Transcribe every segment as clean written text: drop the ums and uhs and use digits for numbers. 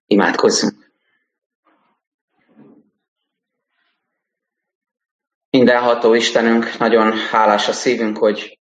Imádkozzunk! Mindenható Istenünk, nagyon hálás a szívünk, hogy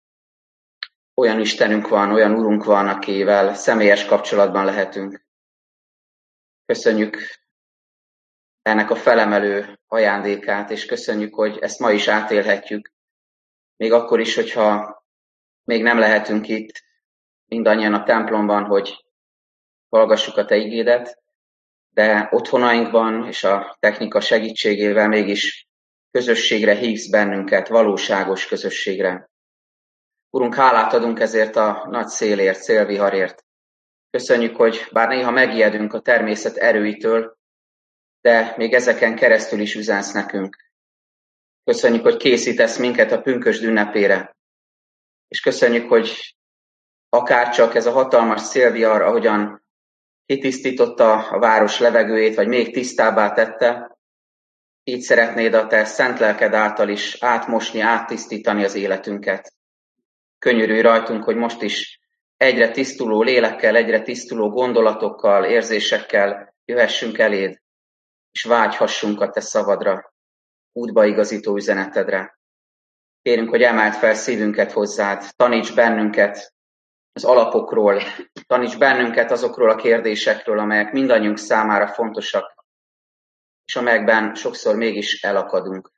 olyan Istenünk van, olyan Urunk van, akivel személyes kapcsolatban lehetünk. Köszönjük ennek a felemelő ajándékát, és köszönjük, hogy ezt ma is átélhetjük. Még akkor is, hogyha még nem lehetünk itt mindannyian a templomban, hogy hallgassuk a Te igédet, de otthonainkban és a technika segítségével mégis közösségre hívsz bennünket, valóságos közösségre. Urunk, hálát adunk ezért a nagy szélért, szélviharért. Köszönjük, hogy bár néha megijedünk a természet erőitől, de még ezeken keresztül is üzensz nekünk. Köszönjük, hogy készítesz minket a pünkösd ünnepére. És köszönjük, hogy akárcsak ez a hatalmas szélvihar, ahogyan kitisztította a város levegőjét, vagy még tisztábbá tette, így szeretnéd a Te szent lelked által is átmosni, áttisztítani az életünket. Könyörülj rajtunk, hogy most is egyre tisztuló lélekkel, egyre tisztuló gondolatokkal, érzésekkel jöhessünk eléd, és vágyhassunk a Te szavadra, útbaigazító üzenetedre. Kérünk, hogy emeld fel szívünket hozzád, taníts bennünket az alapokról, taníts bennünket azokról a kérdésekről, amelyek mindannyiunk számára fontosak, és amelyekben sokszor mégis elakadunk.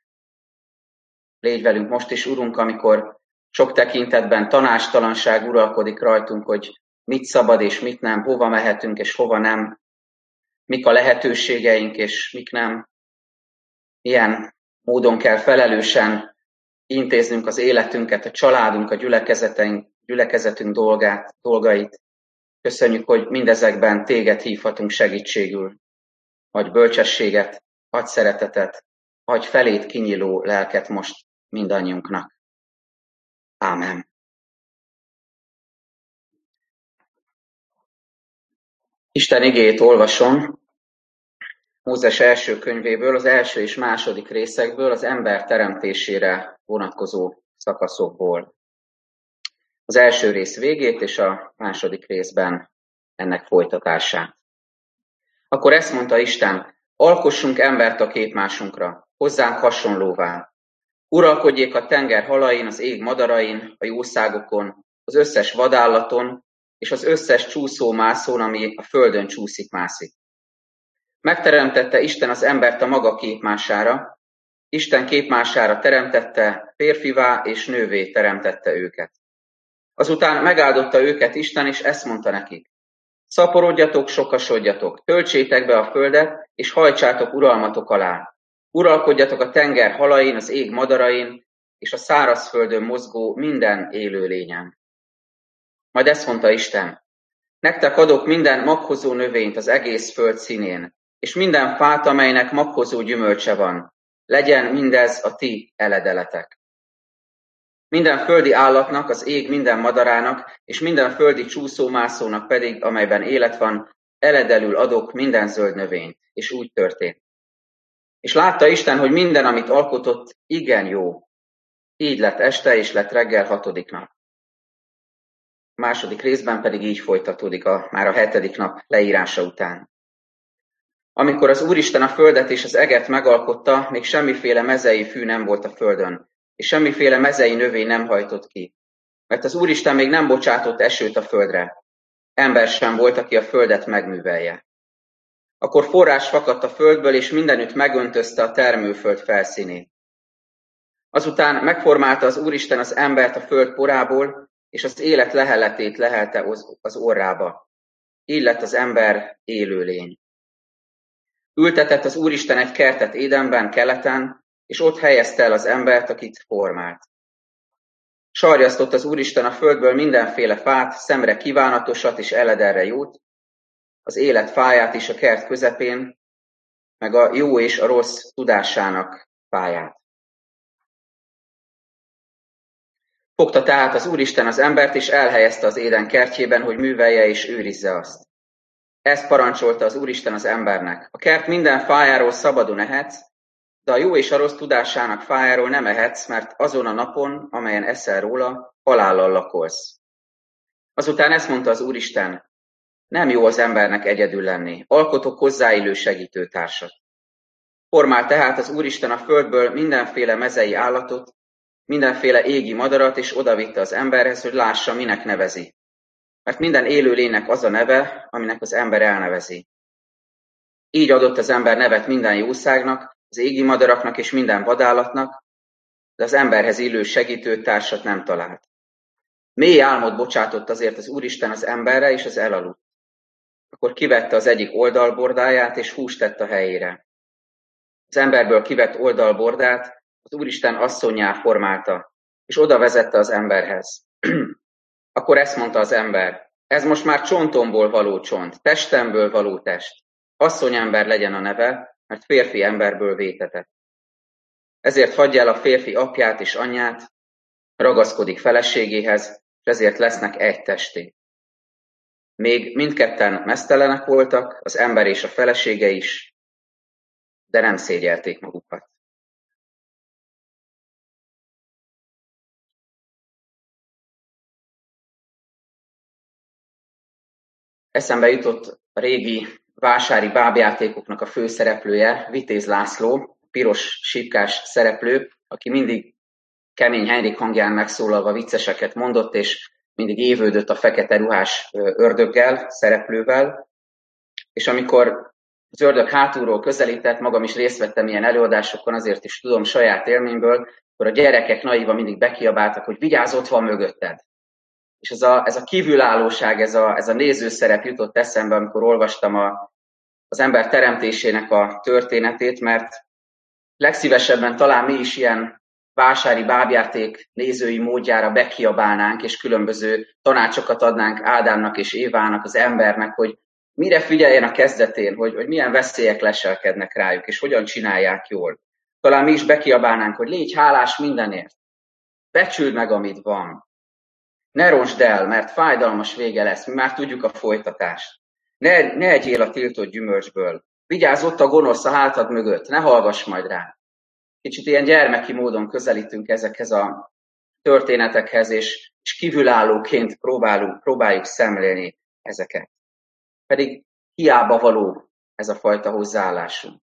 Légy velünk most is, Urunk, amikor sok tekintetben tanácstalanság uralkodik rajtunk, hogy mit szabad és mit nem, hova mehetünk és hova nem, mik a lehetőségeink és mik nem. Milyen módon kell felelősen intéznünk az életünket, a családunk, a gyülekezetünk dolgait. Köszönjük, hogy mindezekben téged hívhatunk segítségül. Adj bölcsességet, adj szeretetet, adj felét kinyíló lelket most mindannyiunknak. Ámen. Isten igéjét olvasom Mózes első könyvéből, az első és második részekből, az ember teremtésére vonatkozó szakaszokból. Az első rész végét és a második részben ennek folytatását. Akkor ezt mondta Isten, alkossunk embert a képmásunkra, hozzánk hasonlóvá. Uralkodjék a tenger halain, az ég madarain, a jószágokon, az összes vadállaton, és az összes csúszó-mászón, ami a földön csúszik-mászik. Megteremtette Isten az embert a maga képmására, Isten képmására teremtette, férfivá és nővé teremtette őket. Azután megáldotta őket Isten, és ezt mondta nekik. Szaporodjatok, sokasodjatok, töltsétek be a földet, és hajtsátok uralmatok alá. Uralkodjatok a tenger halain, az ég madarain, és a szárazföldön mozgó minden élőlényen. Majd ezt mondta Isten, nektek adok minden maghozó növényt az egész föld színén, és minden fát, amelynek maghozó gyümölcse van. Legyen mindez a ti eledeletek. Minden földi állatnak, az ég minden madarának, és minden földi csúszómászónak pedig, amelyben élet van, eledelül adok minden zöld növényt. És úgy történt. És látta Isten, hogy minden, amit alkotott, igen jó. Így lett este, és lett reggel 6. nap. A második részben pedig így folytatódik már a 7. nap leírása után. Amikor az Úristen a földet és az eget megalkotta, még semmiféle mezei fű nem volt a földön, és semmiféle mezei növény nem hajtott ki. Mert az Úristen még nem bocsátott esőt a földre. Ember sem volt, aki a földet megművelje. Akkor forrás fakadt a földből, és mindenütt megöntözte a termőföld felszínét. Azután megformálta az Úristen az embert a föld porából, és az élet leheletét lehelte az orrába. Így lett az ember élőlény. Ültetett az Úristen egy kertet Édenben, keleten, és ott helyezte el az embert, akit formált. Sarjasztott az Úristen a földből mindenféle fát, szemre kívánatosat és eledelre jót, az élet fáját is a kert közepén, meg a jó és a rossz tudásának fáját. Fogta tehát az Úristen az embert, és elhelyezte az Éden kertjében, hogy művelje és őrizze azt. Ezt parancsolta az Úristen az embernek. A kert minden fájáról szabadon ehetsz, de a jó és a rossz tudásának fájáról nem ehetsz, mert azon a napon, amelyen eszel róla, halállal lakolsz. Azután ezt mondta az Úristen, Nem jó az embernek egyedül lenni. Alkotok hozzáillő segítőtársat. Formál tehát az Úristen a földből mindenféle mezei állatot, mindenféle égi madarat, és odavitte az emberhez, hogy lássa, minek nevezi. Mert minden élőlénynek az a neve, aminek az ember elnevezi. Így adott az ember nevet minden jószágnak, az égi madaraknak és minden vadállatnak, de az emberhez illő segítőtársat nem talált. Mély álmot bocsátott azért az Úristen az emberre, és az elaludt. Akkor kivette az egyik oldalbordáját, és húst tett a helyére. Az emberből kivett oldalbordát az Úristen asszonnyá formálta, és oda vezette az emberhez. Akkor ezt mondta az ember, ez most már csontomból való csont, testemből való test. Asszonyember legyen a neve, mert férfi emberből vétetett. Ezért hagyja el a férfi apját és anyját, ragaszkodik feleségéhez, és ezért lesznek egy testé. Még mindketten meztelenek voltak, az ember és a felesége is, de nem szégyelték magukat. Eszembe jutott a régi vásári bábjátékoknak a főszereplője, Vitéz László, piros sípkás szereplő, aki mindig Kemény Henrik hangján megszólalva vicceseket mondott, és mindig évődött a fekete ruhás ördöggel, szereplővel. És amikor az ördög hátulról közelített, magam is részt vettem ilyen előadásokon, azért is tudom saját élményből, akkor a gyerekek naivan mindig bekiabáltak, hogy vigyázz, ott van mögötted. És ez a kívülállóság, ez a nézőszerep jutott eszembe, amikor olvastam az ember teremtésének a történetét, mert legszívesebben talán mi is ilyen vásári bábjáték nézői módjára bekiabálnánk, és különböző tanácsokat adnánk Ádámnak és Évának, az embernek, hogy mire figyeljen a kezdetén, hogy milyen veszélyek leselkednek rájuk, és hogyan csinálják jól. Talán mi is bekiabálnánk, hogy légy hálás mindenért. Becsüld meg, amit van. Ne ronsd el, mert fájdalmas vége lesz, mi már tudjuk a folytatást. Ne egyél a tiltott gyümölcsből. Vigyázz, ott a gonosz a hátad mögött, ne hallgass majd rá. Kicsit ilyen gyermeki módon közelítünk ezekhez a történetekhez, és kívülállóként próbáljuk szemlélni ezeket. Pedig hiába való ez a fajta hozzáállásunk.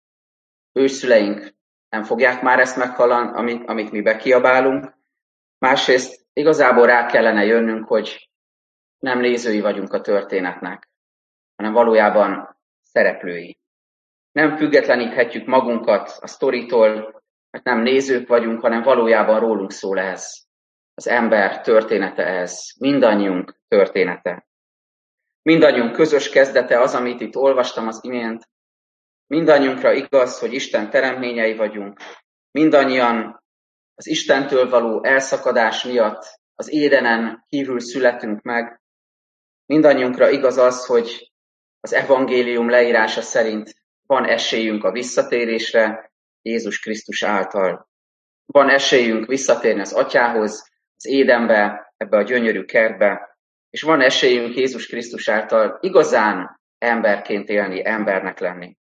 Őszüleink nem fogják már ezt meghallani, amit mi bekiabálunk. Másrészt igazából rá kellene jönnünk, hogy nem nézői vagyunk a történetnek, hanem valójában szereplői. Nem függetleníthetjük magunkat a sztoritól, mert nem nézők vagyunk, hanem valójában rólunk szól ez. Az ember története ez, mindannyiunk története. Mindannyiunk közös kezdete az, amit itt olvastam az imént. Mindannyiunkra igaz, hogy Isten teremtményei vagyunk. Mindannyian az Istentől való elszakadás miatt az Édenen kívül születünk meg. Mindannyiunkra igaz az, hogy az evangélium leírása szerint van esélyünk a visszatérésre Jézus Krisztus által. Van esélyünk visszatérni az Atyához, az Édenbe, ebbe a gyönyörű kertbe, és van esélyünk Jézus Krisztus által igazán emberként élni, embernek lenni.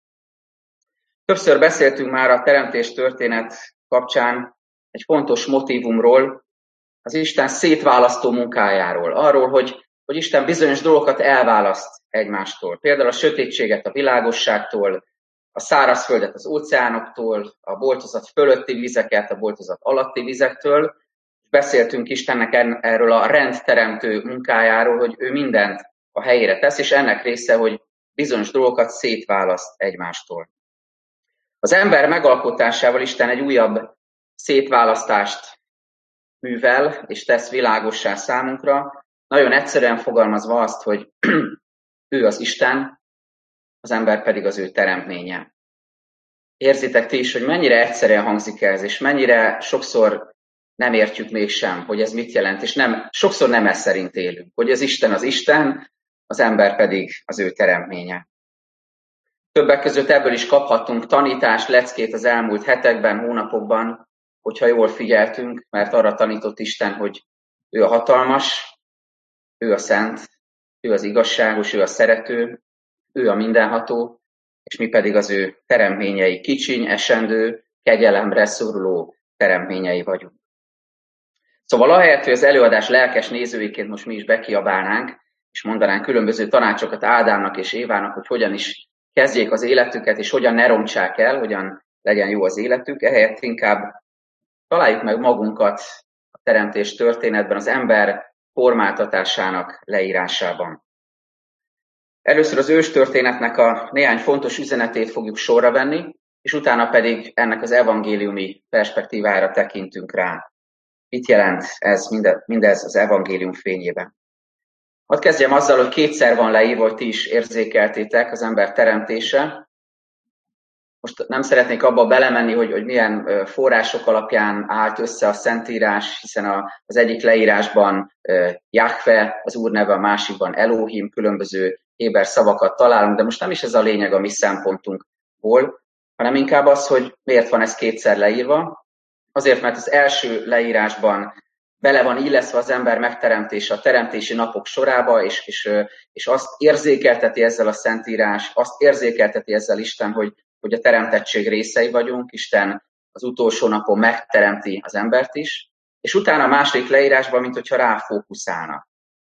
Többször beszéltünk már a teremtés történet kapcsán egy fontos motívumról, az Isten szétválasztó munkájáról, arról, hogy Isten bizonyos dolgokat elválaszt egymástól. Például a sötétséget a világosságtól, a szárazföldet az óceánoktól, a boltozat fölötti vizeket a boltozat alatti vizektől. Beszéltünk Istennek erről a rendteremtő munkájáról, hogy ő mindent a helyére tesz, és ennek része, hogy bizonyos dolgokat szétválaszt egymástól. Az ember megalkotásával Isten egy újabb szétválasztást művel, és tesz világossá számunkra, nagyon egyszerűen fogalmazva azt, hogy ő az Isten, az ember pedig az ő teremtménye. Érzitek ti is, hogy mennyire egyszerűen hangzik ez, és mennyire sokszor nem értjük mégsem, hogy ez mit jelent, és sokszor nem ez szerint élünk, hogy az Isten, az ember pedig az ő teremtménye. Többek között ebből is kaphattunk tanítást, leckét az elmúlt hetekben, hónapokban, hogyha jól figyeltünk, mert arra tanított Isten, hogy ő a hatalmas, ő a szent, ő az igazságos, ő a szerető, ő a mindenható, és mi pedig az ő teremtményei, kicsiny, esendő, kegyelemre szoruló teremtményei vagyunk. Szóval ahelyett, hogy az előadás lelkes nézőiként most mi is bekiabálnánk, és mondanánk különböző tanácsokat Ádámnak és Évának, hogy hogyan is kezdjék az életüket, és hogyan ne rontsák el, hogyan legyen jó az életük, ehelyett inkább találjuk meg magunkat a teremtés történetben, az ember formáltatásának leírásában. Először az őstörténetnek a néhány fontos üzenetét fogjuk sorra venni, és utána pedig ennek az evangéliumi perspektívára tekintünk rá. Mit jelent ez mindez az evangélium fényében? Hadd kezdjem azzal, hogy kétszer van leírva, hogy ti is érzékeltétek az ember teremtése. Most nem szeretnék abba belemenni, hogy milyen források alapján állt össze a Szentírás, hiszen az egyik leírásban Jahve, az Úr neve, a másikban Elohim, különböző héber szavakat találunk, de most nem is ez a lényeg a mi szempontunkból, hanem inkább az, hogy miért van ez kétszer leírva. Azért, mert az első leírásban bele van illeszve az ember megteremtése a teremtési napok sorába, és azt érzékelteti ezzel a Szentírás, azt érzékelteti ezzel Isten, hogy a teremtettség részei vagyunk, Isten az utolsó napon megteremti az embert is, és utána a második leírásban, mint hogyha ráfókuszálna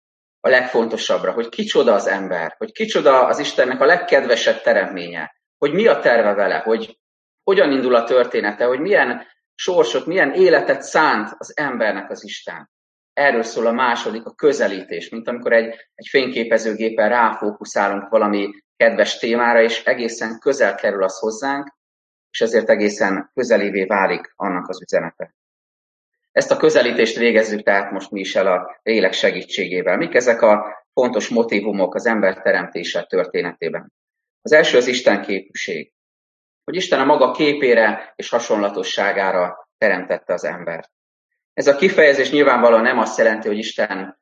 a legfontosabbra, hogy kicsoda az ember, hogy kicsoda az Istennek a legkedvesebb teremménye, hogy mi a terve vele, hogy hogyan indul a története, hogy milyen sorsot, milyen életet szánt az embernek az Isten. Erről szól a második, a közelítés, mint amikor egy fényképezőgépen ráfókuszálunk valami kedves témára, és egészen közel kerül az hozzánk, és ezért egészen közelévé válik annak az üzenete. Ezt a közelítést végezzük tehát most mi is el a lélek segítségével. Mik ezek a fontos motívumok az ember teremtése történetében? Az első az Isten képűség. Hogy Isten a maga képére és hasonlatosságára teremtette az embert. Ez a kifejezés nyilvánvalóan nem azt jelenti, hogy Isten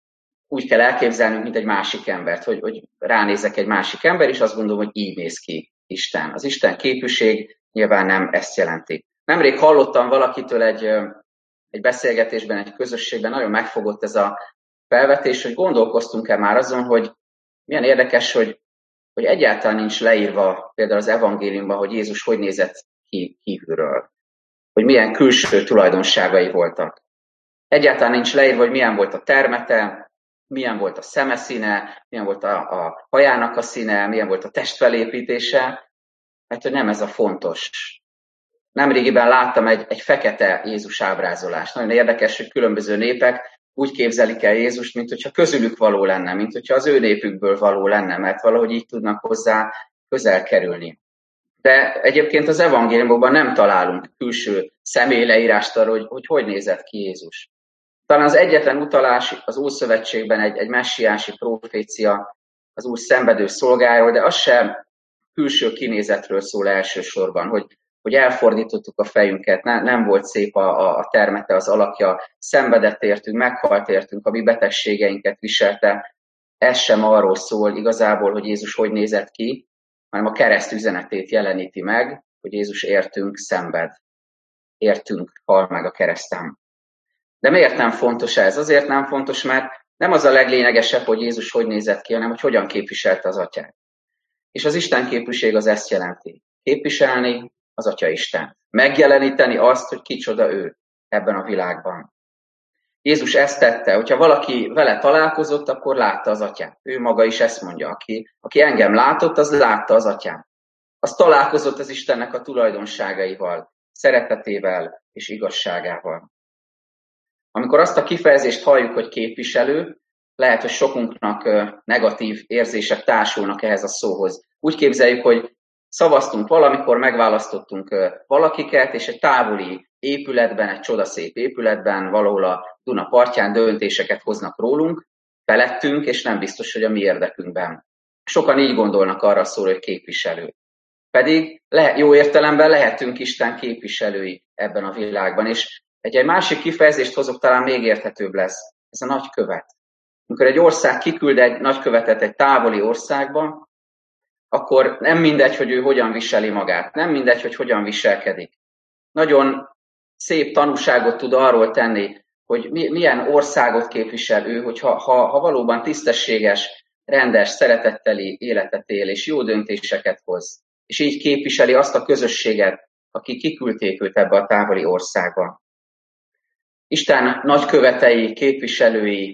úgy kell elképzelnünk, mint egy másik embert, hogy ránézek egy másik ember, és azt gondolom, hogy így néz ki Isten. Az Isten képűség nyilván nem ezt jelenti. Nemrég hallottam valakitől egy beszélgetésben, egy közösségben, nagyon megfogott ez a felvetés, hogy gondolkoztunk-e már azon, hogy milyen érdekes, hogy egyáltalán nincs leírva például az evangéliumban, hogy Jézus hogy nézett ki kívülről, hogy milyen külső tulajdonságai voltak. Egyáltalán nincs leírva, hogy milyen volt a termete, milyen volt a szeme színe, milyen volt a hajának a színe, milyen volt a testfelépítése, mert hogy nem ez a fontos. Nemrégiben láttam egy fekete Jézus ábrázolást. Nagyon érdekes, hogy különböző népek úgy képzelik el Jézust, mint hogyha közülük való lenne, mint hogyha az ő népükből való lenne, mert valahogy így tudnak hozzá közel kerülni. De egyébként az evangéliumokban nem találunk külső személyleírást arra, hogy nézett ki Jézus. Talán az egyetlen utalás az Ószövetségben egy messiási profécia az Úr szenvedő szolgájáról, de az sem külső kinézetről szól elsősorban, hogy elfordítottuk a fejünket, nem volt szép a termete, az alakja, szenvedett értünk, meghalt értünk, a mi betegségeinket viselte. Ez sem arról szól igazából, hogy Jézus hogy nézett ki, hanem a kereszt üzenetét jeleníti meg, hogy Jézus értünk szenved. Értünk hal meg a kereszten. De miért nem fontos ez? Azért nem fontos, mert nem az a leglényegesebb, hogy Jézus hogy nézett ki, hanem hogy hogyan képviselte az atyát. És az Isten képűség az ezt jelenti. Képviselni az Atya Isten. Megjeleníteni azt, hogy kicsoda ő ebben a világban. Jézus ezt tette, hogyha valaki vele találkozott, akkor látta az atyát. Ő maga is ezt mondja, aki engem látott, az látta az atyát. Az találkozott az Istennek a tulajdonságaival, szeretetével és igazságával. Amikor azt a kifejezést halljuk, hogy képviselő, lehet, hogy sokunknak negatív érzések társulnak ehhez a szóhoz. Úgy képzeljük, hogy szavaztunk valamikor, megválasztottunk valakiket, és egy távoli épületben, egy csodaszép épületben, valahol a Duna partján döntéseket hoznak rólunk, felettünk, és nem biztos, hogy a mi érdekünkben. Sokan így gondolnak arra szól, hogy képviselő. Pedig jó értelemben lehetünk Isten képviselői ebben a világban, és egy másik kifejezést hozok, talán még érthetőbb lesz. Ez a nagykövet. Amikor egy ország kiküld egy nagykövetet egy távoli országba, akkor nem mindegy, hogy ő hogyan viseli magát, nem mindegy, hogy hogyan viselkedik. Nagyon szép tanúságot tud arról tenni, hogy milyen országot képvisel ő, ha valóban tisztességes, rendes, szeretetteli életet él, és jó döntéseket hoz. És így képviseli azt a közösséget, akik kiküldték őt ebbe a távoli országba. Isten nagykövetei, képviselői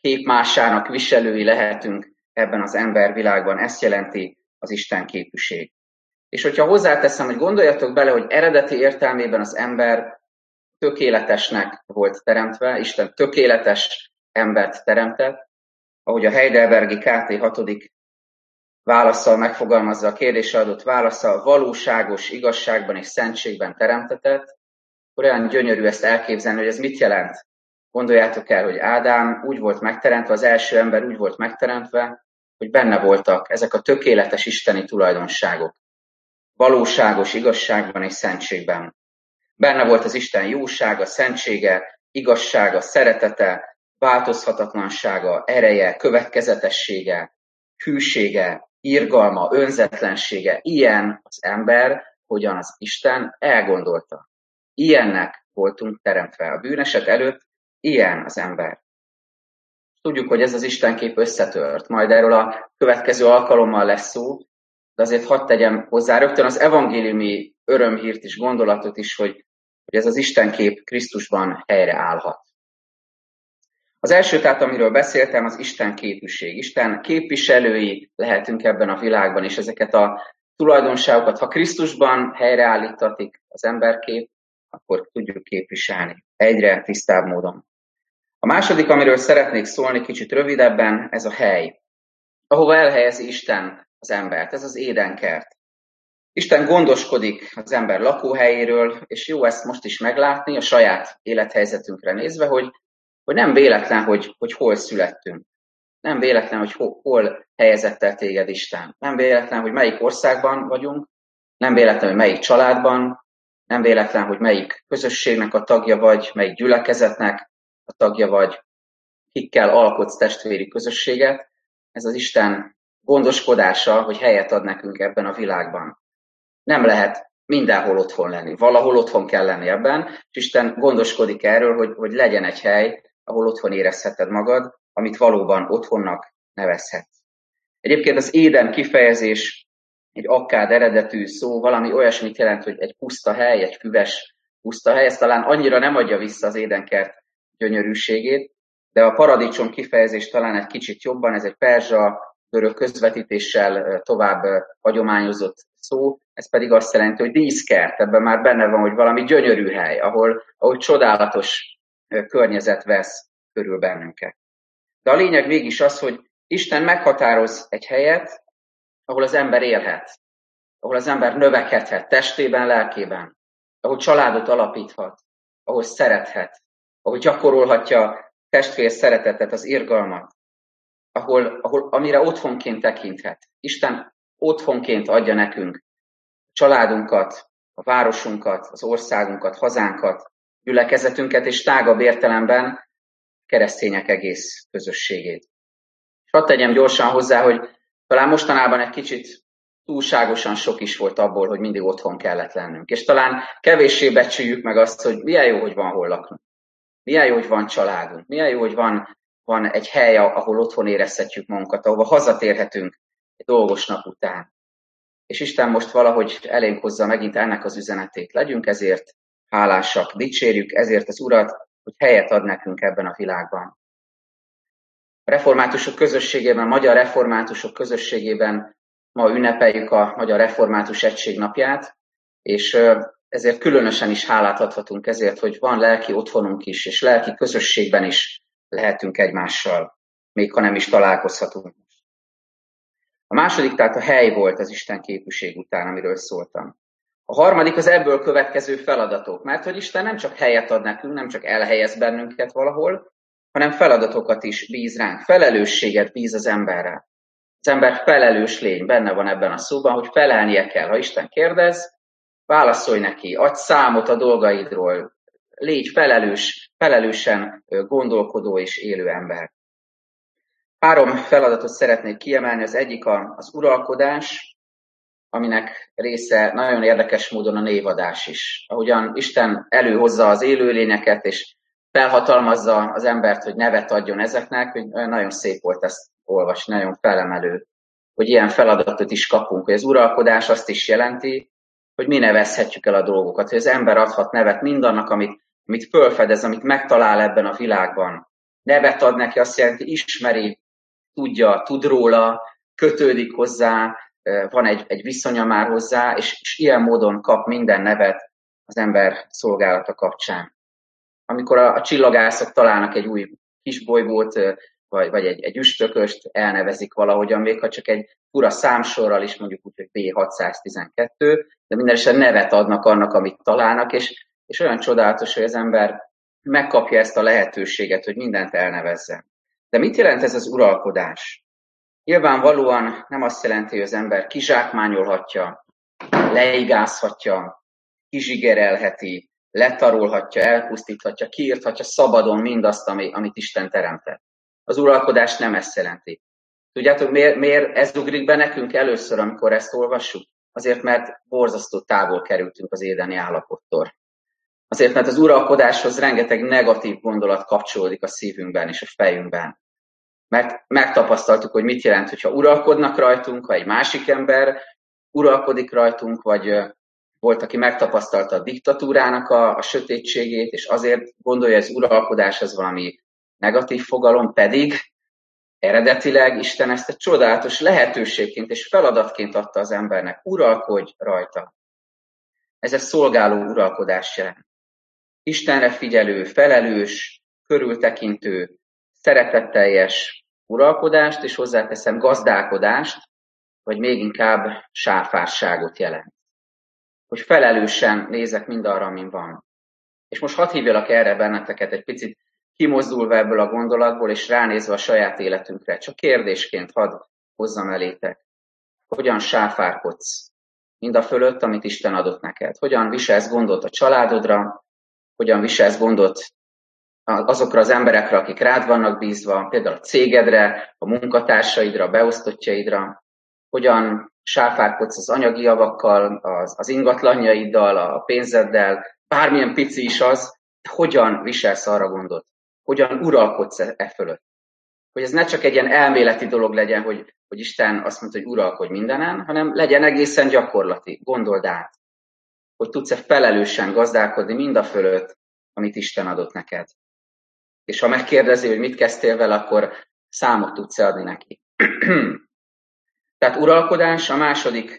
képmásának viselői lehetünk ebben az embervilágban. Ezt jelenti az Isten képűség. És hogyha hozzáteszem, hogy gondoljatok bele, hogy eredeti értelmében az ember tökéletesnek volt teremtve, Isten tökéletes embert teremtett, ahogy a Heidelbergi KT 6. válaszsal megfogalmazza a kérdésre adott válasza, valóságos igazságban és szentségben teremtetett, olyan gyönyörű ezt elképzelni, hogy ez mit jelent. Gondoljátok el, hogy Ádám úgy volt megteremtve, az első ember úgy volt megteremtve, hogy benne voltak ezek a tökéletes isteni tulajdonságok. Valóságos igazságban és szentségben. Benne volt az Isten jósága, szentsége, igazsága, szeretete, változhatatlansága, ereje, következetessége, hűsége, irgalma, önzetlensége. Ilyen az ember, hogyan az Isten elgondolta. Ilyennek voltunk teremtve. A bűneset előtt ilyen az ember. Tudjuk, hogy ez az Istenkép összetört. Majd erről a következő alkalommal lesz szó, de azért hadd tegyem hozzá rögtön az evangéliumi örömhírt is, gondolatot is, hogy ez az Istenkép Krisztusban helyreállhat. Az első, tehát amiről beszéltem, az Isten képűség. Isten képviselői lehetünk ebben a világban, és ezeket a tulajdonságokat, ha Krisztusban helyreállítatik az emberkép, akkor tudjuk képviselni egyre tisztább módon. A második, amiről szeretnék szólni kicsit rövidebben, ez a hely, ahova elhelyezi Isten az embert. Ez az Édenkert. Isten gondoskodik az ember lakóhelyéről, és jó ezt most is meglátni a saját élethelyzetünkre nézve, hogy nem véletlen, hogy hol születtünk. Nem véletlen, hogy hol helyezett el téged Isten. Nem véletlen, hogy melyik országban vagyunk, nem véletlen, hogy melyik családban, nem véletlen, hogy melyik közösségnek a tagja vagy, melyik gyülekezetnek a tagja vagy, kikkel alkotsz testvéri közösséget. Ez az Isten gondoskodása, hogy helyet ad nekünk ebben a világban. Nem lehet mindenhol otthon lenni. Valahol otthon kell lenni ebben, és Isten gondoskodik erről, hogy legyen egy hely, ahol otthon érezheted magad, amit valóban otthonnak nevezhetsz. Egyébként az Éden kifejezés egy akkád eredetű szó, valami olyasmit jelent, hogy egy puszta hely, egy füves puszta hely. Ez talán annyira nem adja vissza az Édenkert gyönyörűségét, de a paradicsom kifejezés talán egy kicsit jobban, ez egy perzsa, görög közvetítéssel tovább hagyományozott szó, ez pedig azt jelenti, hogy díszkert, ebben már benne van, hogy valami gyönyörű hely, ahol csodálatos környezet vesz körül bennünket. De a lényeg mégis az, hogy Isten meghatároz egy helyet, ahol az ember élhet, ahol az ember növekedhet testében, lelkében, ahol családot alapíthat, ahol szerethet, ahol gyakorolhatja testvér szeretetet, az irgalmat, amire otthonként tekinthet. Isten otthonként adja nekünk családunkat, a városunkat, az országunkat, hazánkat, gyülekezetünket, és tágabb értelemben keresztények egész közösségét. És hadd tegyem gyorsan hozzá, hogy talán mostanában egy kicsit túlságosan sok is volt abból, hogy mindig otthon kellett lennünk. És talán kevéssé becsüljük meg azt, hogy milyen jó, hogy van hol laknunk. Milyen jó, hogy van családunk. Milyen jó, hogy van egy hely, ahol otthon érezhetjük magunkat, ahova hazatérhetünk egy dolgos nap után. És Isten most valahogy elénk hozza megint ennek az üzenetét. Legyünk ezért hálásak, dicsérjük ezért az Urat, hogy helyet ad nekünk ebben a világban. A reformátusok közösségében, a magyar reformátusok közösségében ma ünnepeljük a Magyar Református Egység napját, és ezért különösen is hálát adhatunk ezért, hogy van lelki otthonunk is, és lelki közösségben is lehetünk egymással, még ha nem is találkozhatunk. A második, tehát a hely volt az Isten képűség után, amiről szóltam. A harmadik az ebből következő feladatok, mert hogy Isten nem csak helyet ad nekünk, nem csak elhelyez bennünket valahol, hanem feladatokat is bíz ránk, felelősséget bíz az emberre. Az ember felelős lény, benne van ebben a szóban, hogy felelnie kell. Ha Isten kérdez, válaszolj neki, adj számot a dolgaidról, légy felelősen gondolkodó és élő ember. 3 feladatot szeretnék kiemelni, az egyik az uralkodás, aminek része nagyon érdekes módon a névadás is. Ahogyan Isten előhozza az élőlényeket, és felhatalmazza az embert, hogy nevet adjon ezeknek, hogy nagyon szép volt ezt olvasni, nagyon felemelő, hogy ilyen feladatot is kapunk. Hogy az uralkodás azt is jelenti, hogy mi nevezhetjük el a dolgokat, hogy az ember adhat nevet mindannak, amit fölfedez, amit megtalál ebben a világban, Nevet ad neki, azt jelenti, ismeri, tudja, tud róla, kötődik hozzá, van egy viszonya már hozzá, és ilyen módon kap minden nevet az ember szolgálata kapcsán. Amikor a csillagászok találnak egy új kisbolygót, vagy egy üstököst, elnevezik valahogyan, még ha csak egy fura számsorral is, mondjuk úgy, hogy B612, de minden esetben nevet adnak annak, amit találnak, és olyan csodálatos, hogy az ember megkapja ezt a lehetőséget, hogy mindent elnevezzen. De mit jelent ez az uralkodás? Nyilvánvalóan nem azt jelenti, hogy az ember kizsákmányolhatja, leigázhatja, kizsigerelheti, letarolhatja, elpusztíthatja, kiirthatja szabadon mindazt, amit Isten teremtett. Az uralkodás nem ezt jelenti. Tudjátok, miért ez ugrik be nekünk először, amikor ezt olvassuk? Azért, mert borzasztó távol kerültünk az édeni állapottól. Azért, mert az uralkodáshoz rengeteg negatív gondolat kapcsolódik a szívünkben és a fejünkben. Mert megtapasztaltuk, hogy mit jelent, hogyha uralkodnak rajtunk, ha egy másik ember uralkodik rajtunk, vagy volt, aki megtapasztalta a diktatúrának a sötétségét, és azért gondolja, hogy az uralkodás az valami negatív fogalom, pedig eredetileg Isten ezt egy csodálatos lehetőségként és feladatként adta az embernek. Uralkodj rajta. Ez egy szolgáló uralkodás jelent. Istenre figyelő, felelős, körültekintő, szeretetteljes uralkodást, és hozzáteszem gazdálkodást, vagy még inkább sáfárságot jelent. Hogy felelősen nézek mindarra, amin van. És most hadd hívjalak erre benneteket egy picit kimozdulva ebből a gondolatból, és ránézve a saját életünkre. Csak kérdésként hadd hozzam elétek. Hogyan sáfárkodsz mind a fölött, amit Isten adott neked? Hogyan viselsz gondot a családodra? Hogyan viselsz gondot azokra az emberekre, akik rád vannak bízva, például a cégedre, a munkatársaidra, a beosztottjaidra? Hogyan sáfárkodsz az anyagi javakkal, az ingatlanjaiddal, a pénzeddel, bármilyen pici is az, hogyan viselsz arra gondot? Hogyan uralkodsz e fölött? Hogy ez ne csak egy ilyen elméleti dolog legyen, hogy Isten azt mondta, hogy uralkodj mindenen, hanem legyen egészen gyakorlati. Gondold át, hogy tudsz-e felelősen gazdálkodni mind a fölött, amit Isten adott neked. És ha megkérdezi, hogy mit kezdtél vele, akkor számot tudsz adni neki. Tehát uralkodás, a második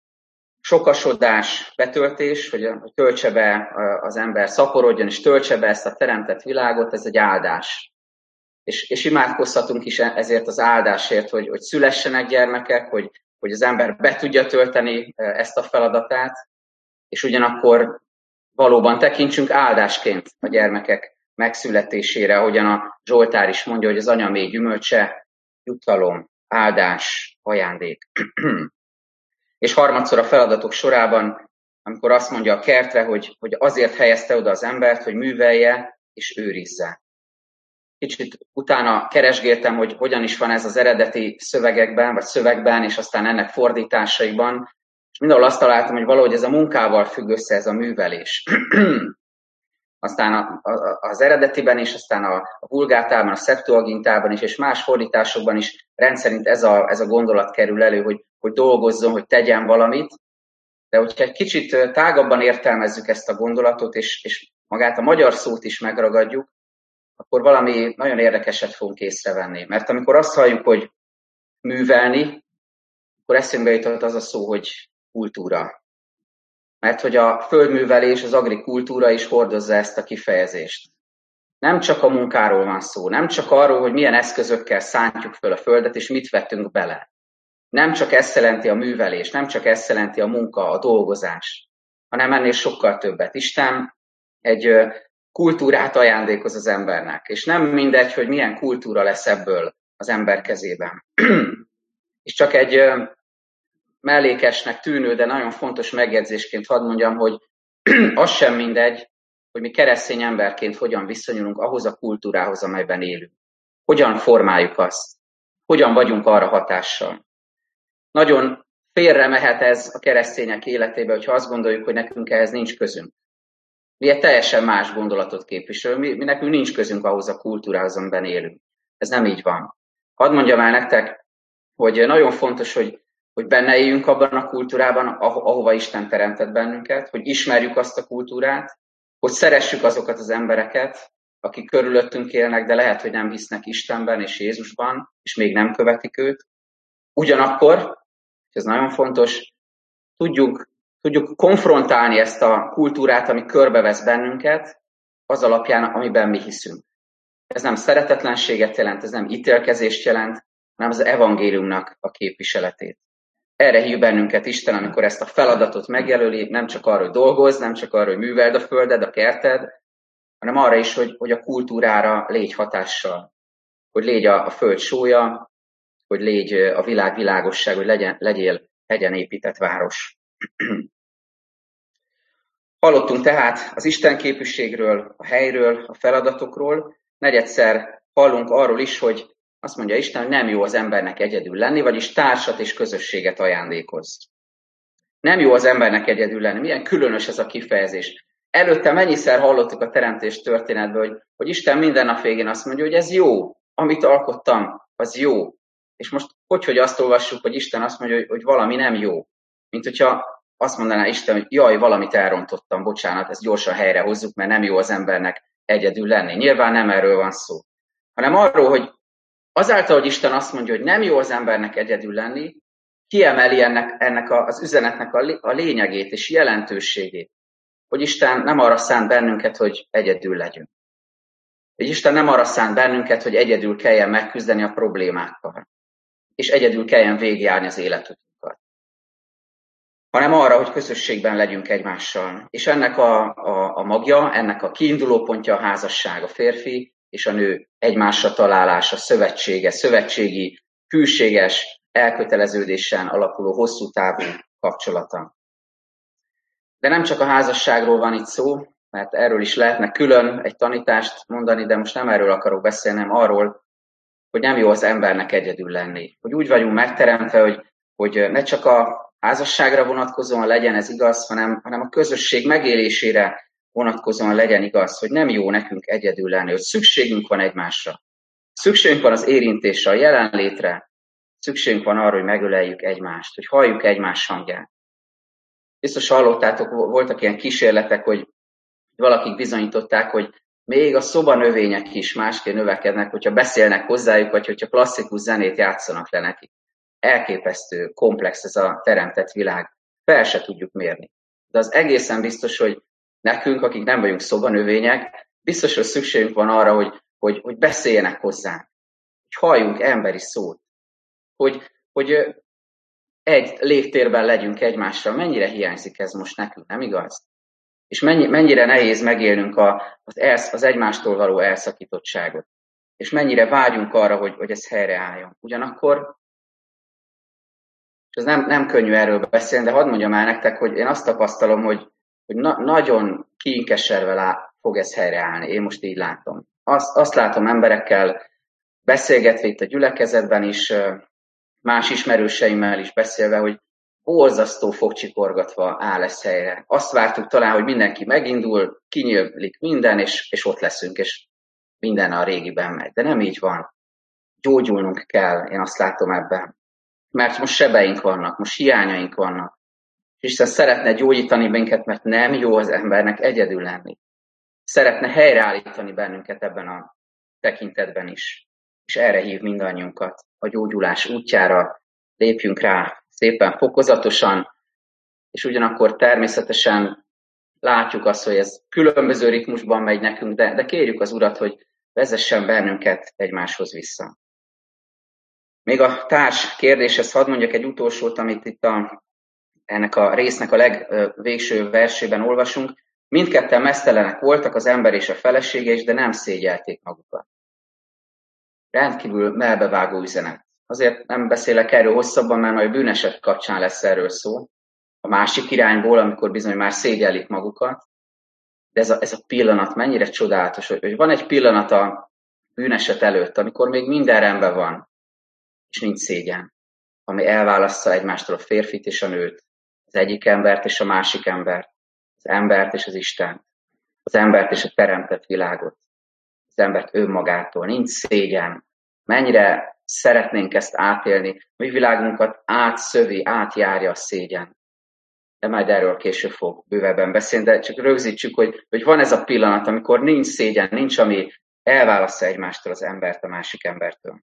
sokasodás, betöltés, hogy töltse be az ember, szaporodjon és töltse be ezt a teremtett világot, ez egy áldás. És imádkozhatunk is ezért az áldásért, hogy szülessenek gyermekek, hogy az ember be tudja tölteni ezt a feladatát, és ugyanakkor valóban tekintsünk áldásként a gyermekek megszületésére, ahogyan a Zsoltár is mondja, hogy az anya még gyümölcse, jutalom, áldás, ajándék. És harmadszor a feladatok sorában, amikor azt mondja a kertre, hogy azért helyezte oda az embert, hogy művelje és őrizze. Kicsit utána keresgéltem, hogy hogyan is van ez az eredeti szövegekben, vagy szövegben, és aztán ennek fordításaiban, és mindenhol azt találtam, hogy valahogy ez a munkával függ össze, ez a művelés. Aztán az eredetiben is, aztán a Vulgátában, a Septuagintában is, és más fordításokban is rendszerint ez a gondolat kerül elő, hogy dolgozzon, hogy tegyen valamit. De hogyha egy kicsit tágabban értelmezzük ezt a gondolatot, és magát a magyar szót is megragadjuk, akkor valami nagyon érdekeset fogunk észrevenni. Mert amikor azt halljuk, hogy művelni, akkor eszünkbe jutott az a szó, hogy kultúra. Mert hogy a földművelés, az agrikultúra is hordozza ezt a kifejezést. Nem csak a munkáról van szó, nem csak arról, hogy milyen eszközökkel szántjuk föl a földet, és mit vettünk bele. Nem csak ezt jelenti a művelés, nem csak ezt jelenti a munka, a dolgozás, hanem ennél sokkal többet. Isten egy kultúrát ajándékoz az embernek, és nem mindegy, hogy milyen kultúra lesz ebből az ember kezében. És csak egy mellékesnek tűnő, de nagyon fontos megjegyzésként hadd mondjam, hogy az sem mindegy, hogy mi keresztény emberként hogyan viszonyulunk ahhoz a kultúrához, amelyben élünk. Hogyan formáljuk azt? Hogyan vagyunk arra hatással? Nagyon félre mehet ez a keresztények életébe, hogyha azt gondoljuk, hogy nekünk ehhez nincs közünk. Mi egy teljesen más gondolatot képviselünk, mi nekünk nincs közünk ahhoz a kultúrához, amiben élünk. Ez nem így van. Hadd mondjam el nektek, hogy nagyon fontos, hogy benne éljünk abban a kultúrában, ahova Isten teremtett bennünket, hogy ismerjük azt a kultúrát, hogy szeressük azokat az embereket, akik körülöttünk élnek, de lehet, hogy nem hisznek Istenben és Jézusban, és még nem követik őt. Ugyanakkor, és ez nagyon fontos, tudjuk konfrontálni ezt a kultúrát, ami körbevesz bennünket, az alapján, amiben mi hiszünk. Ez nem szeretetlenséget jelent, ez nem ítélkezést jelent, hanem az evangéliumnak a képviseletét. Erre hív bennünket Isten, amikor ezt a feladatot megjelöli, nem csak arra, hogy dolgozz, nem csak arra, hogy műveld a földed, a kerted, hanem arra is, hogy a kultúrára légy hatással. Hogy légy a föld sója, hogy légy a világ világosság, hogy legyél hegyen épített város. Hallottunk tehát az Isten képűségről, a helyről, a feladatokról. Negyedszer hallunk arról is, hogy azt mondja Isten, hogy nem jó az embernek egyedül lenni, vagyis társat és közösséget ajándékoz. Nem jó az embernek egyedül lenni. Milyen különös ez a kifejezés. Előtte mennyiszer hallottuk a teremtés történetből, hogy Isten minden nap végén azt mondja, hogy ez jó, amit alkottam, az jó. És most hogy azt olvassuk, hogy Isten azt mondja, hogy valami nem jó. Mint hogyha azt mondaná Isten, hogy jaj, valamit elrontottam, bocsánat, ezt gyorsan helyre hozzuk, mert nem jó az embernek egyedül lenni. Nyilván nem erről van szó. Hanem arról, hogy azáltal, hogy Isten azt mondja, hogy nem jó az embernek egyedül lenni, kiemeli ennek az üzenetnek a lényegét és jelentőségét. Hogy Isten nem arra szánt bennünket, hogy egyedül legyünk. Hogy Isten nem arra szánt bennünket, hogy egyedül kelljen megküzdeni a problémákkal. És egyedül kelljen végigjárni az életünket. Hanem arra, hogy közösségben legyünk egymással. És ennek a magja, ennek a kiindulópontja a házasság, a férfi és a nő egymásra találása, szövetsége, szövetségi, hűséges, elköteleződésen alapuló hosszú távú kapcsolata. De nem csak a házasságról van itt szó, mert erről is lehetne külön egy tanítást mondani, de most nem erről akarok beszélni, hanem arról, hogy nem jó az embernek egyedül lenni. Hogy úgy vagyunk megteremtve, hogy ne csak a házasságra vonatkozóan legyen ez igaz, hanem a közösség megélésére vonatkozóan legyen igaz, hogy nem jó nekünk egyedül lenni, hogy szükségünk van egymásra. Szükségünk van az érintésre, a jelenlétre, szükségünk van arra, hogy megöleljük egymást, hogy halljuk egymás hangját. Biztos hallottátok, voltak ilyen kísérletek, hogy valakik bizonyították, hogy még a szobanövények is másként növekednek, hogyha beszélnek hozzájuk, vagy hogyha klasszikus zenét játszanak le nekik. Elképesztő, komplex ez a teremtett világ. Fel se tudjuk mérni. De az egészen biztos, hogy nekünk, akik nem vagyunk szobanövények, biztos, hogy szükségünk van arra, hogy beszéljenek hozzánk. Hogy halljunk emberi szót. Hogy egy légtérben legyünk egymásra. Mennyire hiányzik ez most nekünk, nem igaz? És mennyire nehéz megélnünk az egymástól való elszakítottságot. És mennyire vágyunk arra, hogy ez helyreálljon. Ugyanakkor, és ez nem könnyű erről beszélni, de hadd mondjam el nektek, hogy én azt tapasztalom, hogy nagyon kiinkeserve fog ez helyreállni. Én most így látom. Azt látom emberekkel beszélgetve itt a gyülekezetben is, más ismerőseimmel is beszélve, hogy borzasztó fogcsikorgatva áll ez helyre. Azt vártuk talán, hogy mindenki megindul, kinyílik minden, és ott leszünk, és minden a régiben megy. De nem így van. Gyógyulnunk kell, én azt látom ebben. Mert most sebeink vannak, most hiányaink vannak. És Isten szeretne gyógyítani minket, mert nem jó az embernek egyedül lenni. Szeretne helyreállítani bennünket ebben a tekintetben is. És erre hív mindannyiunkat a gyógyulás útjára. Lépjünk rá szépen fokozatosan, és ugyanakkor természetesen látjuk azt, hogy ez különböző ritmusban megy nekünk, de kérjük az Urat, hogy vezessen bennünket egymáshoz vissza. Még a társ kérdéshez hadd mondjak egy utolsót, amit itt ennek a résznek a legvégső versében olvasunk. Mindketten meztelenek voltak, az ember és a felesége is, de nem szégyelték magukat. Rendkívül melbevágó üzenet. Azért nem beszélek erről hosszabban, mert majd bűneset kapcsán lesz erről szó. A másik irányból, amikor bizony már szégyellik magukat. De ez a pillanat mennyire csodálatos, hogy van egy pillanat a bűneset előtt, amikor még minden rendben van, és nincs szégyen, ami elválassza egymástól a férfit és a nőt, az egyik embert és a másik embert, az embert és az Istent, az embert és a teremtett világot, az embert önmagától. Nincs szégyen. Mennyire szeretnénk ezt átélni, mi világunkat átszövi, átjárja a szégyen. de majd erről később fog bővebben beszélni, de csak rögzítsük, hogy van ez a pillanat, amikor nincs szégyen, nincs, ami elválassza egymástól az embert a másik embertől.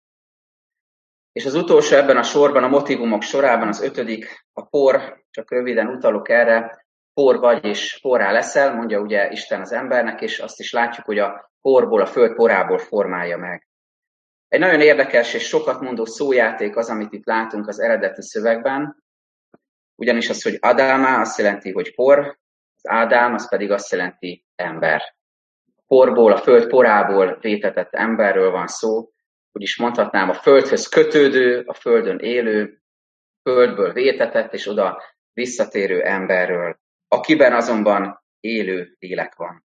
És az utolsó ebben a sorban, a motívumok sorában, az 5. a por, csak röviden utalok erre, por vagy és porrá leszel, mondja ugye Isten az embernek, és azt is látjuk, hogy a porból, a föld porából formálja meg. Egy nagyon érdekes és sokat mondó szójáték az, amit itt látunk az eredeti szövegben, ugyanis az, hogy Adámá azt jelenti, hogy por, az Ádám az pedig azt jelenti ember. A porból, a föld porából vétetett emberről van szó, úgyis mondhatnám a földhöz kötődő, a földön élő, földből vétetett és oda visszatérő emberről, akiben azonban élő lélek van.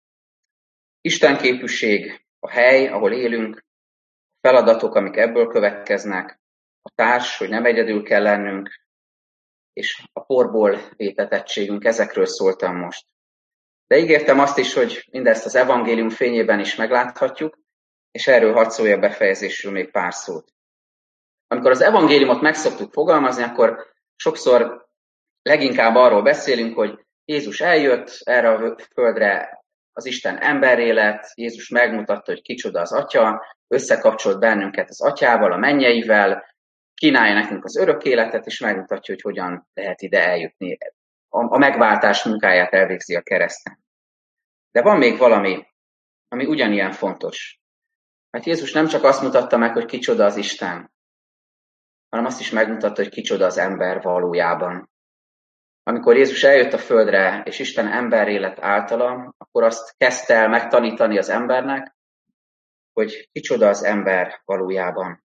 Istenképűség a hely, ahol élünk, feladatok, amik ebből következnek, a társ, hogy nem egyedül kell lennünk, és a porból vétetettségünk, ezekről szóltam most. De ígértem azt is, hogy mindezt az evangélium fényében is megláthatjuk, és erről hadd szóljak befejezésül még pár szót. Amikor az evangéliumot meg szoktuk fogalmazni, akkor sokszor leginkább arról beszélünk, hogy Jézus eljött erre a földre, az Isten emberré lett, Jézus megmutatta, hogy kicsoda az Atya, összekapcsolt bennünket az Atyával, a mennyeivel, kínálja nekünk az örök életet, és megmutatja, hogy hogyan lehet ide eljutni. A megváltás munkáját elvégzi a kereszten. De van még valami, ami ugyanilyen fontos. Mert Jézus nem csak azt mutatta meg, hogy kicsoda az Isten, hanem azt is megmutatta, hogy kicsoda az ember valójában. Amikor Jézus eljött a földre, és Isten emberré lett általa, akkor azt kezdte el megtanítani az embernek, hogy kicsoda az ember valójában.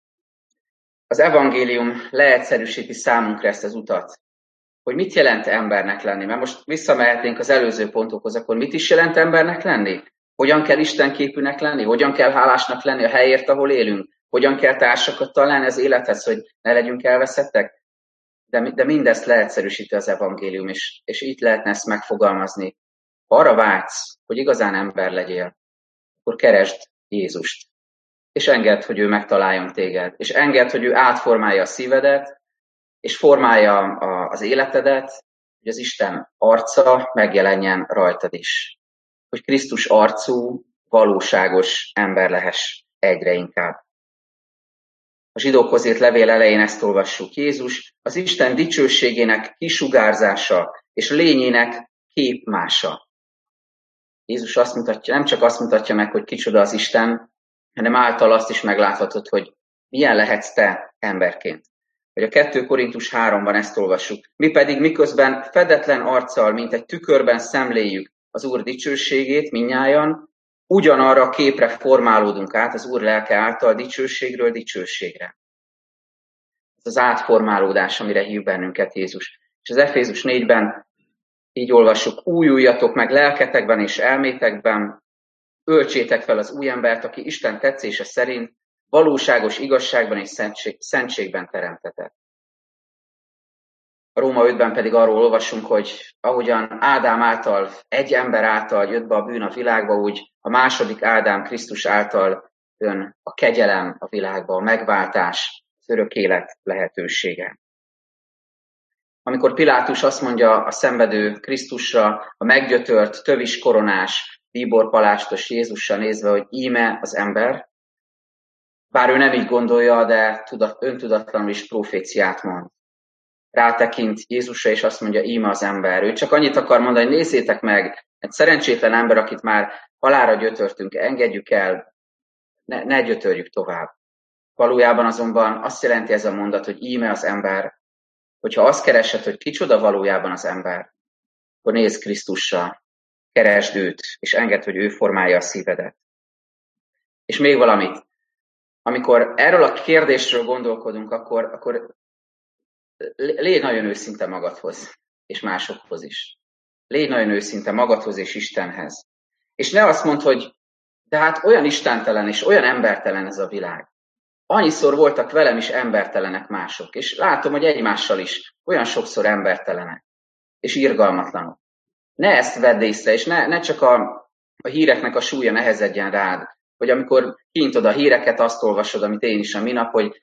Az evangélium leegyszerűsíti számunkra ezt az utat, hogy mit jelent embernek lenni. Mert most visszamehetnénk az előző pontokhoz, akkor mit is jelent embernek lenni? Hogyan kell istenképűnek lenni? Hogyan kell hálásnak lenni a helyért, ahol élünk? Hogyan kell társakat találni az élethez, hogy ne legyünk elveszettek? De mindezt leegyszerűsíti az evangélium, és így lehetne ezt megfogalmazni. Ha arra vágysz, hogy igazán ember legyél, akkor keresd Jézust. És engedd, hogy ő megtaláljon téged. És engedd, hogy ő átformálja a szívedet, és formálja az életedet, hogy az Isten arca megjelenjen rajtad is. Hogy Krisztus arcú, valóságos ember lehess egyre inkább. A zsidókhoz írt levél elején ezt olvassuk. Jézus az Isten dicsőségének kisugárzása és lényének képmása. Jézus azt mutatja, nem csak azt mutatja meg, hogy kicsoda az Isten, hanem által azt is megláthatod, hogy milyen lehetsz te emberként. Vagy a 2 Korintus 3-ban ezt olvassuk. Mi pedig miközben fedetlen arccal, mint egy tükörben szemléljük az Úr dicsőségét mindnyájan, ugyanarra a képre formálódunk át az Úr lelke által dicsőségről dicsőségre. Ez az átformálódás, amire hív bennünket Jézus. És az Efézus 4-ben így olvassuk, újuljatok meg lelketekben és elmétekben, öltsétek fel az új embert, aki Isten tetszése szerint valóságos igazságban és szentségben teremtetett. A Róma 5-ben pedig arról olvasunk, hogy ahogyan Ádám által, egy ember által jött be a bűn a világba, úgy a második Ádám Krisztus által jön a kegyelem a világba, a megváltás, az örök élet lehetősége. Amikor Pilátus azt mondja a szenvedő Krisztusra, a meggyötört, tövis koronás, bíborpalástos Jézusra nézve, hogy íme az ember, bár ő nem így gondolja, de öntudatlanul is proféciát mond. Rátekint Jézusra, és azt mondja, íme az ember. Ő csak annyit akar mondani, hogy nézzétek meg, egy szerencsétlen ember, akit már halálra gyötörtünk, engedjük el, ne gyötörjük tovább. Valójában azonban azt jelenti ez a mondat, hogy íme az ember, hogyha azt keresed, hogy kicsoda valójában az ember, akkor nézz Krisztusra, keresd őt, és engedd, hogy ő formálja a szívedet. És még valamit. Amikor erről a kérdésről gondolkodunk, akkor légy nagyon őszinte magadhoz, és másokhoz is. Légy nagyon őszinte magadhoz és Istenhez. És ne azt mondd, hogy de hát olyan istentelen és olyan embertelen ez a világ. Annyiszor voltak velem is embertelenek mások, és látom, hogy egymással is olyan sokszor embertelenek, és irgalmatlanok. Ne ezt vedd észre, és ne csak a híreknek a súlya nehezedjen rád, hogy amikor kinyitod a híreket, azt olvasod, amit én is a minap, hogy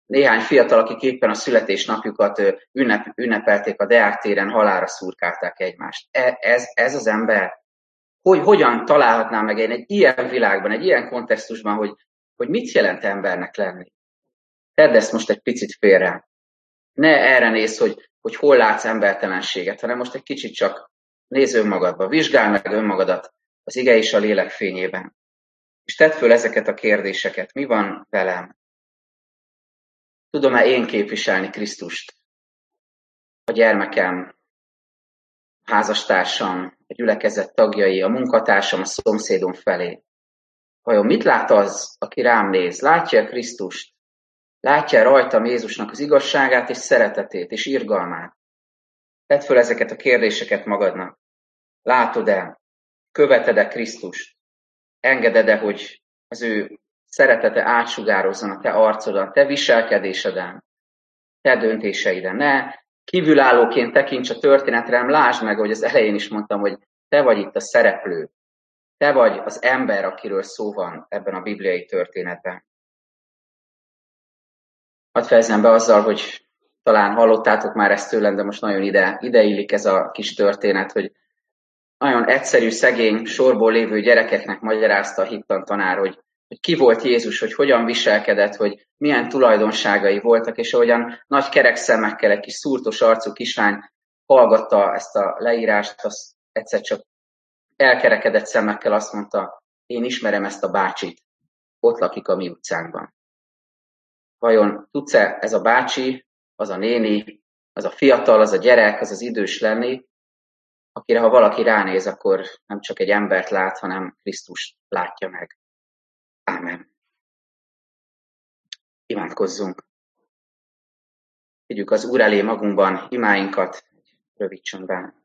Néhány fiatal, akik éppen a születésnapjukat ünnepelték a Deák téren, halálra szurkálták egymást. Ez az ember? Hogyan találhatná meg egy ilyen világban, egy ilyen kontextusban, hogy mit jelent embernek lenni? Tedd ezt most egy picit félre. Ne erre nézz, hogy hol látsz embertelenséget, hanem most egy kicsit csak nézz önmagadba, vizsgálj meg önmagadat az ige és a lélek fényében. És tedd föl ezeket a kérdéseket. Mi van velem? Tudom-e én képviselni Krisztust? A gyermekem, a házastársam, a gyülekezet tagjai, a munkatársam, a szomszédom felé. Vajon mit lát az, aki rám néz? Látja Krisztust? Látja rajtam Jézusnak az igazságát és szeretetét és irgalmát? Tedd föl ezeket a kérdéseket magadnak. Látod-e? Követed-e Krisztust? Engeded-e, hogy az ő szeretete átsugározson a te arcodon, te viselkedéseden, te döntéseiden? Ne kívülállóként tekints a történetre, hanem lásd meg, hogy az elején is mondtam, hogy te vagy itt a szereplő. Te vagy az ember, akiről szó van ebben a bibliai történetben. Hadd fejezzem be azzal, hogy talán hallottátok már ezt tőlem, de most nagyon ide illik ez a kis történet, hogy nagyon egyszerű, szegény, sorból lévő gyerekeknek magyarázta a hittantanár, hogy ki volt Jézus, hogy hogyan viselkedett, hogy milyen tulajdonságai voltak, és ahogyan nagy kerek szemekkel egy kis szúrtos arcú kislány hallgatta ezt a leírást, az egyszer csak elkerekedett szemekkel azt mondta, én ismerem ezt a bácsit, ott lakik a mi utcánkban. Vajon tudsz-e ez a bácsi, az a néni, az a fiatal, az a gyerek, az az idős lenni, akire ha valaki ránéz, akkor nem csak egy embert lát, hanem Krisztust látja meg. Ámen. Imádkozzunk. Vigyük az Úr elé magunkban imáinkat, rövid csöndben.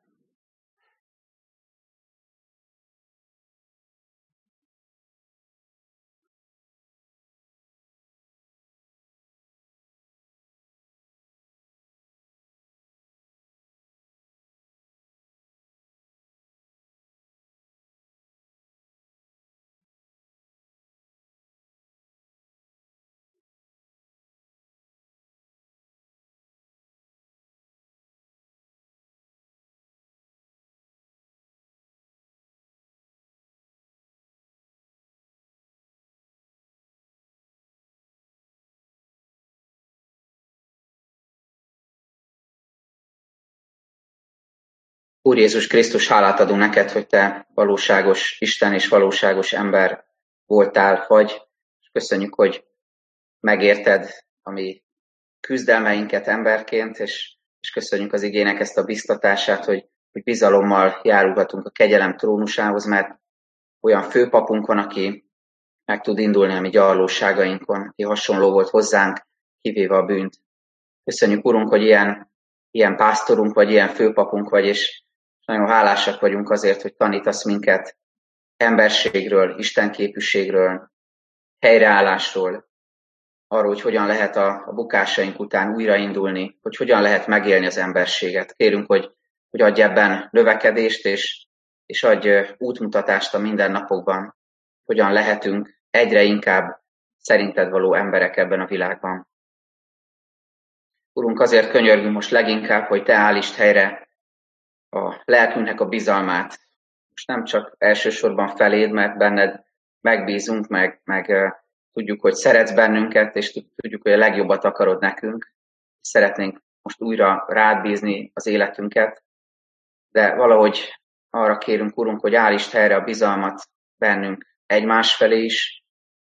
Úr Jézus Krisztus, hálát adunk neked, hogy te valóságos Isten és valóságos ember voltál, vagy, és köszönjük, hogy megérted a mi küzdelmeinket emberként, és köszönjük az igének ezt a biztatását, hogy bizalommal járulhatunk a kegyelem trónusához, mert olyan főpapunk van, aki meg tud indulni a mi gyarlóságainkon, aki hasonló volt hozzánk, kivéve a bűnt. Köszönjük, Urunk, hogy ilyen pásztorunk vagy, ilyen főpapunk vagy, és nagyon hálásak vagyunk azért, hogy tanítasz minket emberségről, istenképűségről, helyreállásról, arról, hogy hogyan lehet a bukásaink után újraindulni, hogy hogyan lehet megélni az emberséget. Kérünk, hogy adj ebben növekedést, és adj útmutatást a mindennapokban, hogyan lehetünk egyre inkább szerinted való emberek ebben a világban. Urunk, azért könyörgünk most leginkább, hogy te állítsd helyre a lelkünknek a bizalmát. Most nem csak elsősorban feléd, mert benned megbízunk, meg tudjuk, hogy szeretsz bennünket, és tudjuk, hogy a legjobbat akarod nekünk. Szeretnénk most újra rád bízni az életünket, de valahogy arra kérünk, Urunk, hogy állítsd helyre a bizalmat bennünk egymás felé is,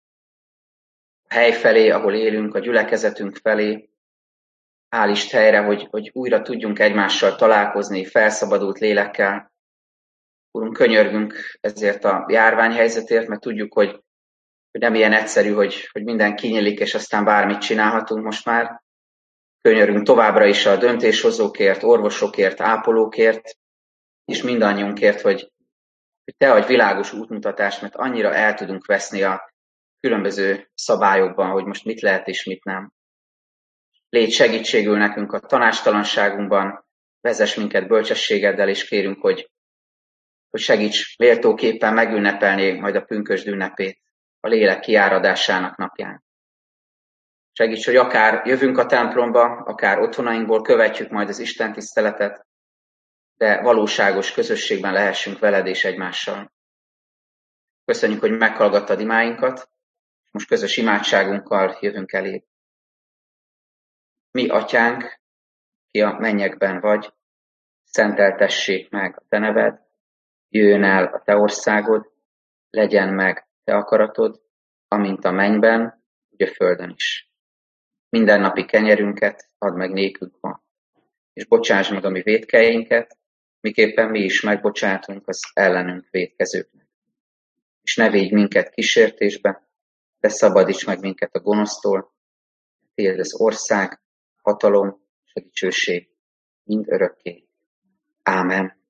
a hely felé, ahol élünk, a gyülekezetünk felé. Állítsd helyre, hogy újra tudjunk egymással találkozni, felszabadult lélekkel. Urunk, könyörgünk ezért a járványhelyzetért, mert tudjuk, hogy nem ilyen egyszerű, hogy minden kinyílik, és aztán bármit csinálhatunk most már. Könyörgünk továbbra is a döntéshozókért, orvosokért, ápolókért, és mindannyiunkért, hogy te adj világos útmutatást, mert annyira el tudunk veszni a különböző szabályokban, hogy most mit lehet és mit nem. Légy segítségül nekünk a tanástalanságunkban, vezess minket bölcsességeddel, és kérünk, hogy segíts méltóképpen megünnepelni majd a pünkösd ünnepét, a lélek kiáradásának napján. Segíts, hogy akár jövünk a templomba, akár otthonainkból követjük majd az Isten tiszteletet, de valóságos közösségben lehessünk veled és egymással. Köszönjük, hogy meghallgattad imáinkat, most közös imádságunkkal jövünk elé. Mi, Atyánk, ki a mennyekben vagy, szenteltessék meg a te neved, jöjjön el a te országod, legyen meg te akaratod, amint a mennyben, úgy a földön is. Mindennapi kenyerünket add meg nékünk ma, és bocsáss meg a mi vétkeinket, miképpen mi is megbocsátunk az ellenünk vétkezőknek. És ne védj minket kísértésbe, de szabadíts meg minket a gonosztól, tiéd az ország, hatalom és a dicsőség mind örökké. Ámen.